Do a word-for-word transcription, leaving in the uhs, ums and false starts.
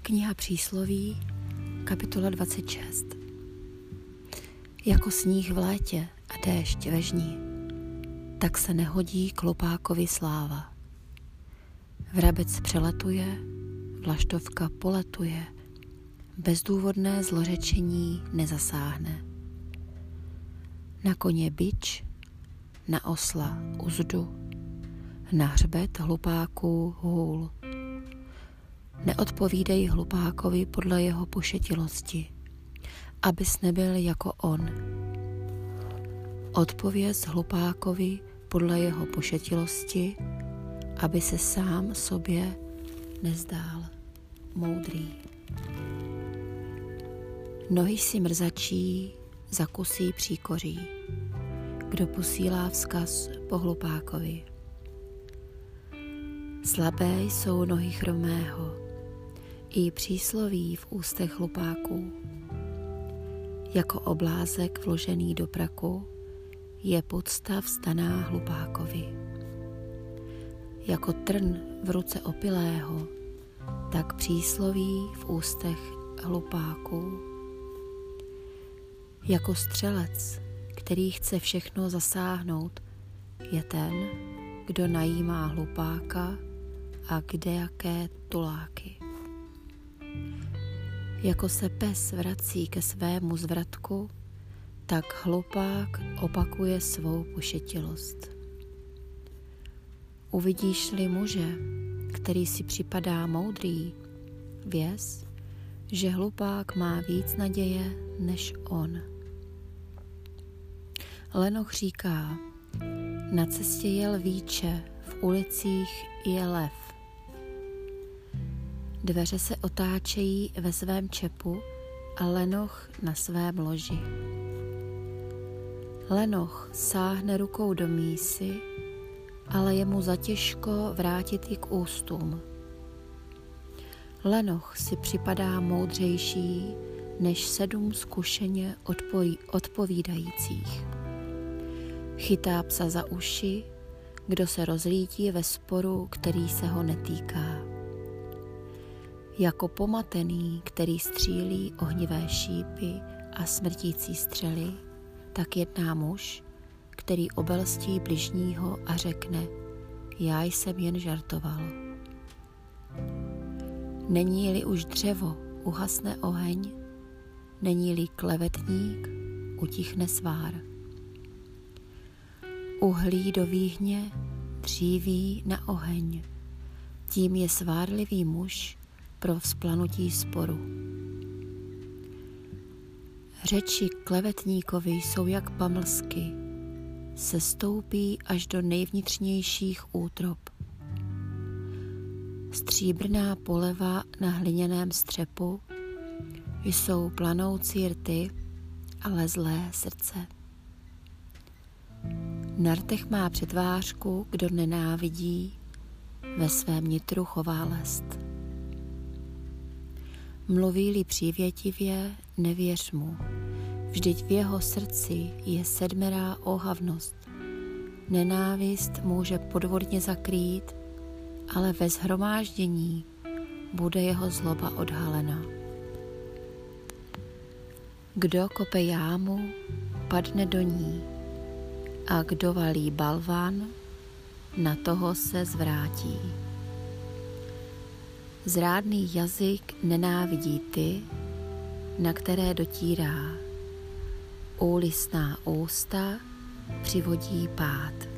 Kniha Přísloví, kapitola dvacet šest. Jako sníh v létě a déšť ve žni, tak se nehodí klopákovi sláva. Vrabec přeletuje, vlaštovka poletuje, bezdůvodné zlořečení nezasáhne. Na koně bič, na osla uzdu, na hřbet hlupáků hůl. Neodpovídej hlupákovi podle jeho pošetilosti, abys nebyl jako on. Odpověz hlupákovi podle jeho pošetilosti, aby se sám sobě nezdál moudrý. Nohy si mrzačí, zakusí příkoří, kdo posílá vzkaz po hlupákovi. Slabé jsou nohy chromého, i přísloví v ústech hlupáků. Jako oblázek vložený do praku je podsta vzdaná hlupákovi. Jako trn v ruce opilého, tak přísloví v ústech hlupáků. Jako střelec, který chce všechno zasáhnout, je ten, kdo najímá hlupáka a kdejaké tuláky. Jako se pes vrací ke svému zvratku, tak hlupák opakuje svou pošetilost. Uvidíš-li muže, který si připadá moudrý, věz, že hlupák má víc naděje než on. Lenoch říká, na cestě jel víče, v ulicích je lev. Dveře se otáčejí ve svém čepu a lenoch na svém loži. Lenoch sáhne rukou do mísy, ale je mu zatěžko vrátit ji k ústům. Lenoch si připadá moudřejší než sedm zkušeně odpoví, odpovídajících. Chytá psa za uši, kdo se rozlítí ve sporu, který se ho netýká. Jako pomatený, který střílí ohnivé šípy a smrtící střely, tak jedná muž, který obelstí bližního a řekne, já jsem jen žartoval. Není-li už dřevo, uhasne oheň, není-li klevetník, utichne svár. Uhlí do výhně, dříví na oheň, tím je svárlivý muž pro vzplanutí sporu. Řeči klevetníkovi jsou jak pamlsky, se stoupí až do nejvnitřnějších útrob. Stříbrná poleva na hliněném střepu jsou planoucí rty, ale zlé srdce. Na rtech má přetvářku, kdo nenávidí, ve svém nitru chová lest. Mluví-li přívětivě, nevěř mu, vždyť v jeho srdci je sedmerá ohavnost. Nenávist může podvodně zakrýt, ale ve shromáždění bude jeho zloba odhalena. Kdo kope jámu, padne do ní, a kdo valí balvan, na toho se zvrátí. Zrádný jazyk nenávidí ty, na které dotírá. Úlisná ústa přivodí pád.